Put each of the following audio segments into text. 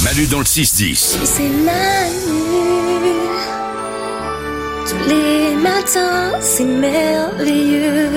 Manu dans le 6-10. C'est Manu. Tous les matins, c'est merveilleux.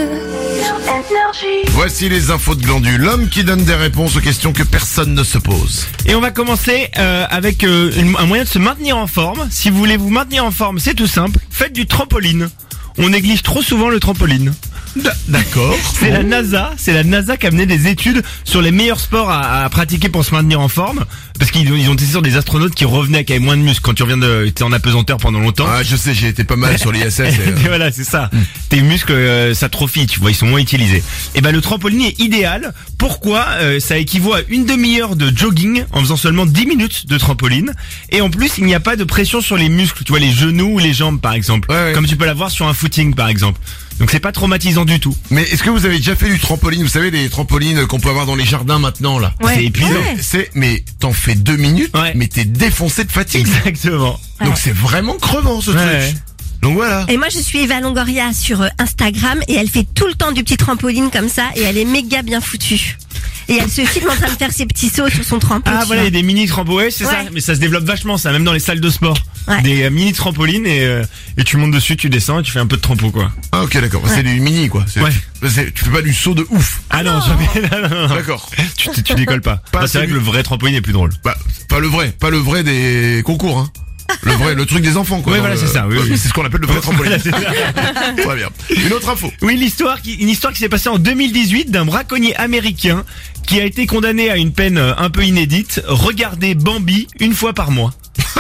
Énergie. Voici les infos de Glandu, l'homme qui donne des réponses aux questions que personne ne se pose. Et on va commencer avec un moyen de se maintenir en forme. Si vous voulez vous maintenir en forme, c'est tout simple. Faites du trampoline. On néglige trop souvent le trampoline. D'accord. C'est la NASA qui a mené des études sur les meilleurs sports à pratiquer pour se maintenir en forme. Parce qu'ils ont testé sur des astronautes qui revenaient avec moins de muscles quand tu reviens t'es en apesanteur pendant longtemps. Ah, je sais, j'ai été pas mal sur l'ISS. Et voilà, c'est ça. Tes muscles s'atrophient, tu vois, ils sont moins utilisés. Et ben le trampoline est idéal. Pourquoi ça équivaut à une demi-heure de jogging en faisant seulement 10 minutes de trampoline. Et en plus, il n'y a pas de pression sur les muscles, tu vois, les genoux ou les jambes par exemple. Ouais. Comme tu peux l'avoir sur un footing par exemple. Donc c'est pas traumatisant du tout. Mais est-ce que vous avez déjà fait du trampoline? Vous savez, les trampolines qu'on peut avoir dans les jardins maintenant, là. Ouais. C'est épuisant. Mais t'en fais 2 minutes, ouais. Mais t'es défoncé de fatigue. Exactement. Donc c'est vraiment crevant, ce truc. Ouais. Donc voilà. Et moi je suis Eva Longoria sur Instagram et elle fait tout le temps du petit trampoline comme ça et elle est méga bien foutue. Et elle se filme en train de faire ses petits sauts sur son trampoline. Ah voilà, il y a des mini trampolines, c'est ça. Mais ça se développe vachement ça, même dans les salles de sport. Ouais. Des mini trampolines et tu montes dessus, tu descends et tu fais un peu de trampo quoi. Ah ok d'accord, c'est du mini quoi. Tu fais pas du saut de ouf. Ah non, jamais. Non. D'accord. Tu décolles pas. C'est vrai que le vrai trampoline est plus drôle. Bah pas le vrai des concours hein. Le truc des enfants quoi. Oui voilà, c'est ça. Oui. C'est ce qu'on appelle le vrai trampoline. Très bien. Une autre info. Oui, une histoire qui s'est passée en 2018 d'un braconnier américain qui a été condamné à une peine un peu inédite, regarder Bambi une fois par mois.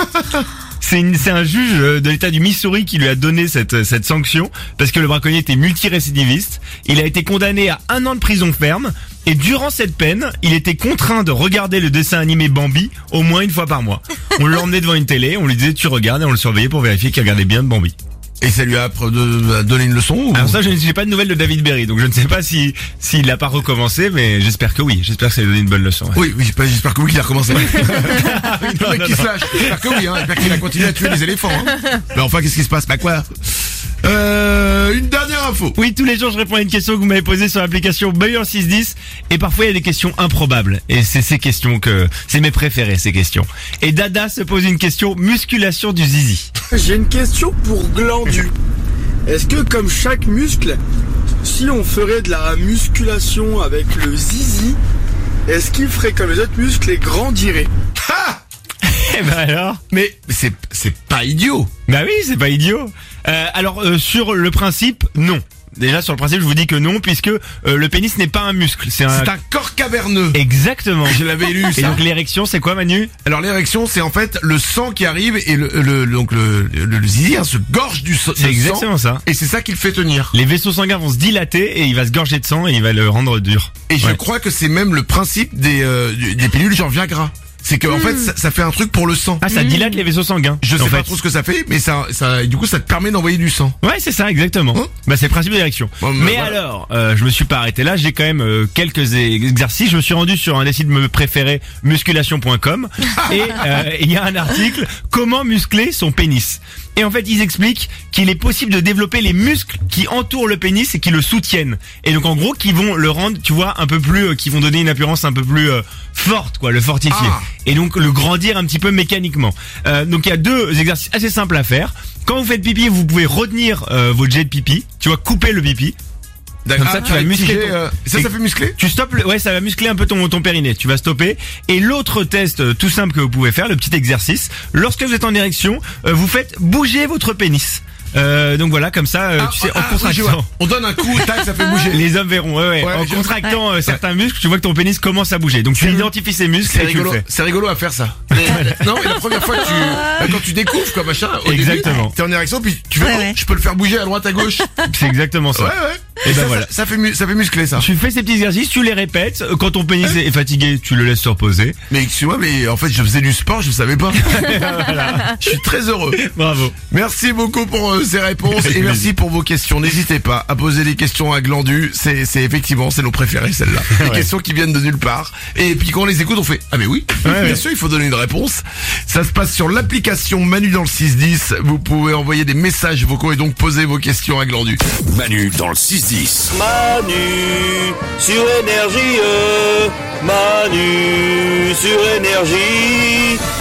C'est un juge de l'état du Missouri qui lui a donné cette sanction parce que le braconnier était multirécidiviste. Il a été condamné à 1 an de prison ferme et durant cette peine, il était contraint de regarder le dessin animé Bambi au moins une fois par mois. On l'emmenait devant une télé, on lui disait tu regardes et on le surveillait pour vérifier qu'il regardait bien Bambi. Et ça lui a donné une leçon ou... Alors ça, je n'ai pas de nouvelles de David Berry, donc je ne sais pas s'il n'a pas recommencé, mais j'espère que oui. J'espère que ça lui a donné une bonne leçon. Ouais. Oui, j'espère que oui qu'il a recommencé. Le mec qui se lâche. J'espère que oui, hein. J'espère qu'il a continué à tuer les éléphants. Hein. Mais enfin, qu'est-ce qui se passe? Bah quoi? Une dernière info. Oui, tous les jours je réponds à une question que vous m'avez posée sur l'application Bayer 610 et parfois il y a des questions improbables et c'est ces questions c'est mes préférées ces questions. Et Dada se pose une question musculation du zizi. J'ai une question pour Glandu. Est-ce que comme chaque muscle, si on ferait de la musculation avec le zizi, est-ce qu'il ferait comme les autres muscles et grandirait? Ha! Eh ben alors. Mais c'est pas idiot. Bah oui, c'est pas idiot. Alors sur le principe, non. Déjà sur le principe, je vous dis que non, puisque le pénis n'est pas un muscle, c'est un corps caverneux. Exactement. Je l'avais lu ça. Et donc l'érection, c'est quoi, Manu? Alors l'érection, c'est en fait le sang qui arrive et le zizi se gorge du sang. C'est exactement ça. Et c'est ça qui le fait tenir. Les vaisseaux sanguins vont se dilater et il va se gorger de sang et il va le rendre dur. Et je crois que c'est même le principe des pilules genre Viagra. C'est que en fait ça fait un truc pour le sang. Ah, ça dilate les vaisseaux sanguins. Je sais pas trop ce que ça fait, mais ça du coup ça te permet d'envoyer du sang. Ouais, c'est ça exactement. Bah c'est le principe de l'érection. Mais voilà. Alors, je me suis pas arrêté là, j'ai quand même quelques exercices. Je me suis rendu sur un des sites préférés musculation.com et il y a un article comment muscler son pénis. Et en fait, ils expliquent qu'il est possible de développer les muscles qui entourent le pénis et qui le soutiennent. Et donc en gros, qui vont le rendre, tu vois, un peu plus, qui vont donner une apparence un peu plus forte, quoi, le fortifier. Et donc le grandir un petit peu mécaniquement. Donc il y a 2 exercices assez simples à faire. Quand vous faites pipi, vous pouvez retenir votre jet de pipi. Tu vois, couper le pipi. Comme ça, tu vas muscler. Ça fait muscler? Tu stoppes. Ouais, ça va muscler un peu ton périnée. Tu vas stopper. Et l'autre test tout simple que vous pouvez faire, le petit exercice, lorsque vous êtes en érection, vous faites bouger votre pénis. Donc voilà, comme ça, tu sais, en contractant. On donne un coup, tac, ça fait bouger. Les hommes verront, ouais. En contractant certains muscles, tu vois que ton pénis commence à bouger. Donc tu identifies ces muscles et tu le fais. C'est rigolo à faire ça. Non, mais la première fois quand tu découvres quoi machin, au exactement. début, t'es en érection puis tu fais je peux le faire bouger à droite à gauche. C'est exactement ça. Ouais. Et ben voilà. Ça fait muscler ça. Tu fais ces petits exercices, tu les répètes. Quand ton pénis est fatigué, tu le laisses se reposer. Mais excuse-moi, mais en fait je faisais du sport, je savais pas. Voilà. Je suis très heureux. Bravo. Merci beaucoup pour ces réponses et merci pour vos questions. N'hésitez pas à poser des questions à Glandu. C'est effectivement, c'est nos préférés celles-là. Des questions qui viennent de nulle part. Et puis quand on les écoute, on fait mais oui, bien sûr, il faut donner une réponse. réponse. Ça se passe sur l'application Manu dans le 610. Vous pouvez envoyer des messages vocaux et donc poser vos questions à Glandu. Manu dans le 610. Manu sur Énergie, Manu sur Énergie.